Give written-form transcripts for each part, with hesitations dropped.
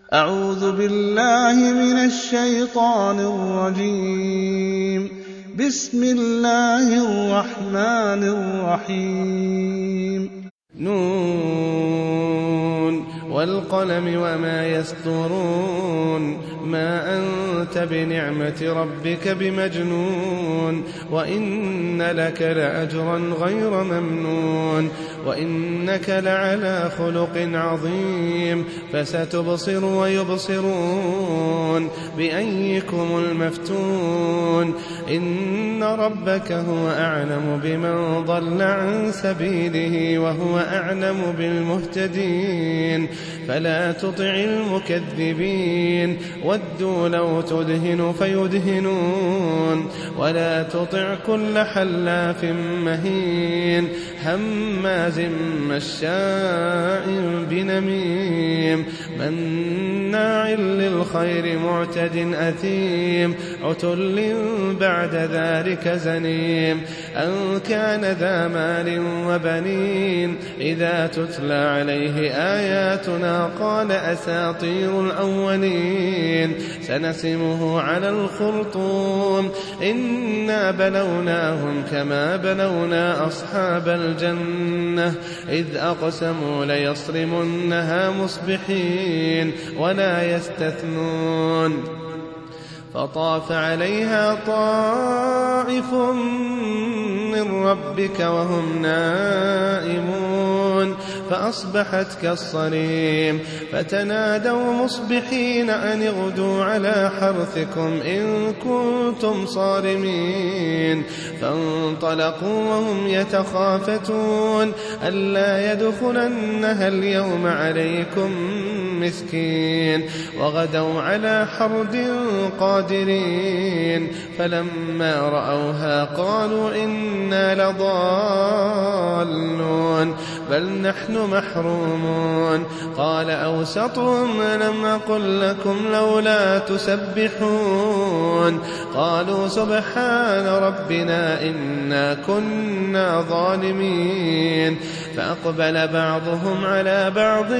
أعوذ بالله من الشيطان الرجيم. بسم الله الرحمن الرحيم. نون والقلم وما يسطرون ما أنت بنعمة ربك بمجنون وإن لك لأجرا غير ممنون وإنك لعلى خلق عظيم فستبصر ويبصرون بأيكم المفتون إن ربك هو أعلم بمن ضل عن سبيله وهو أعلم بالمهتدين فلا تطع المكذبين ودوا لو تدهن فيدهنون ولا تطع كل حلاف مهين هماز مشاء بنميم مناع للخير معتد أثيم عتل بعد ذلك زنيم أن كان ذا مال وبنين إذا تتلى عليه آياتنا قال أساطير الأولين سنسمه على الخرطوم إنا بلوناهم كما بلونا أصحاب الجنة إذ أقسموا ليصرمنها مصبحين ولا يستثنون فطاف عليها طائف من ربك وهم نائمون فأصبحت كالصريم فتنادوا مصبحين أن اغدوا على حرثكم إن كنتم صارمين فانطلقوا وهم يتخافتون ألا يدخلنها اليوم عليكم مسكين وغدوا على حرد قادرين فلما رأوها قالوا إنا لضالون بل نحن محرومون قال أوسطهم لم أقل لكم لولا تسبحون قالوا سبحان ربنا إنا كنا ظالمين فأقبل بعضهم على بعض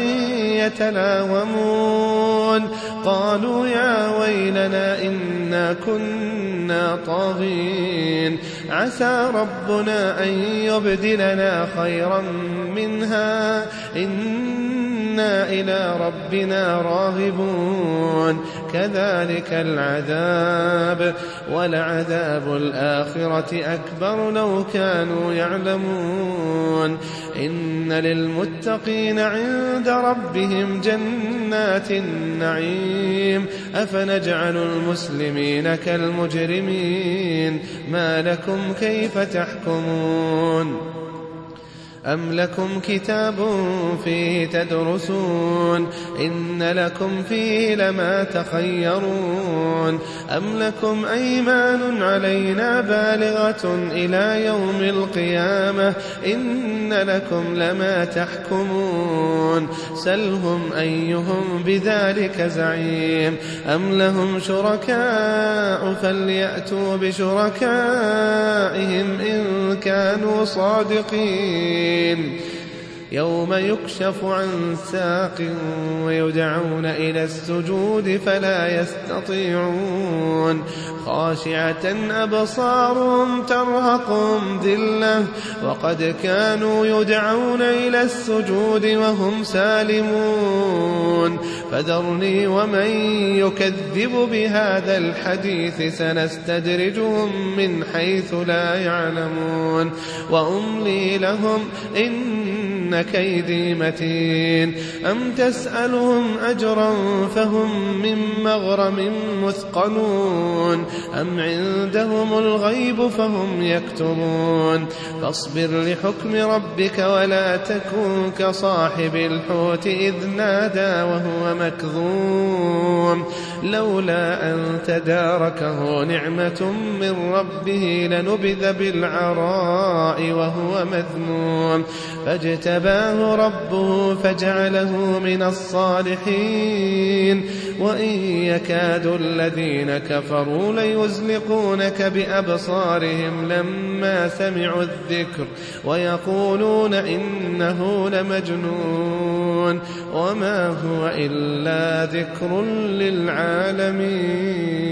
يتلاومون قالوا يا ويلنا إنا كنا طاغين عسى ربنا أن يبدلنا خيرا منها إنا إلى ربنا راغبون كذلك العذاب ولعذاب الآخرة أكبر لو كانوا يعلمون إن للمتقين عند ربهم جنات النعيم أفنجعل المسلمين كالمجرمين ما لكم كيف تحكمون أم لكم كتاب فيه تدرسون إن لكم فيه لما تخيرون أم لكم أيمان علينا بالغة إلى يوم القيامة إن لكم لما تحكمون سلهم أيهم بذلك زعيم أم لهم شركاء فليأتوا بشركائهم إن كانوا صادقين يوم يكشف عن ساق ويدعون إلى السجود فلا يستطيعون خاشعة أبصارهم ترهقهم ذلة وقد كانوا يدعون إلى السجود وهم سالمون فذرني ومن يكذب بهذا الحديث سنستدرجهم من حيث لا يعلمون وأملي لهم إن كيدي متين أم تسألهم أجرا فهم من مغرم مثقلون أم عندهم الغيب فهم يكتبون فاصبر لحكم ربك ولا تكن كصاحب الحوت إذ نادى وهو مكظوم لولا أن تداركه نعمة من ربه لنبذ بالعراء وهو مذموم فاجتباه فاجتباه ربه فجعله من الصالحين وإن يكاد الذين كفروا ليزلقونك بأبصارهم لما سمعوا الذكر ويقولون إنه لمجنون وما هو إلا ذكر للعالمين.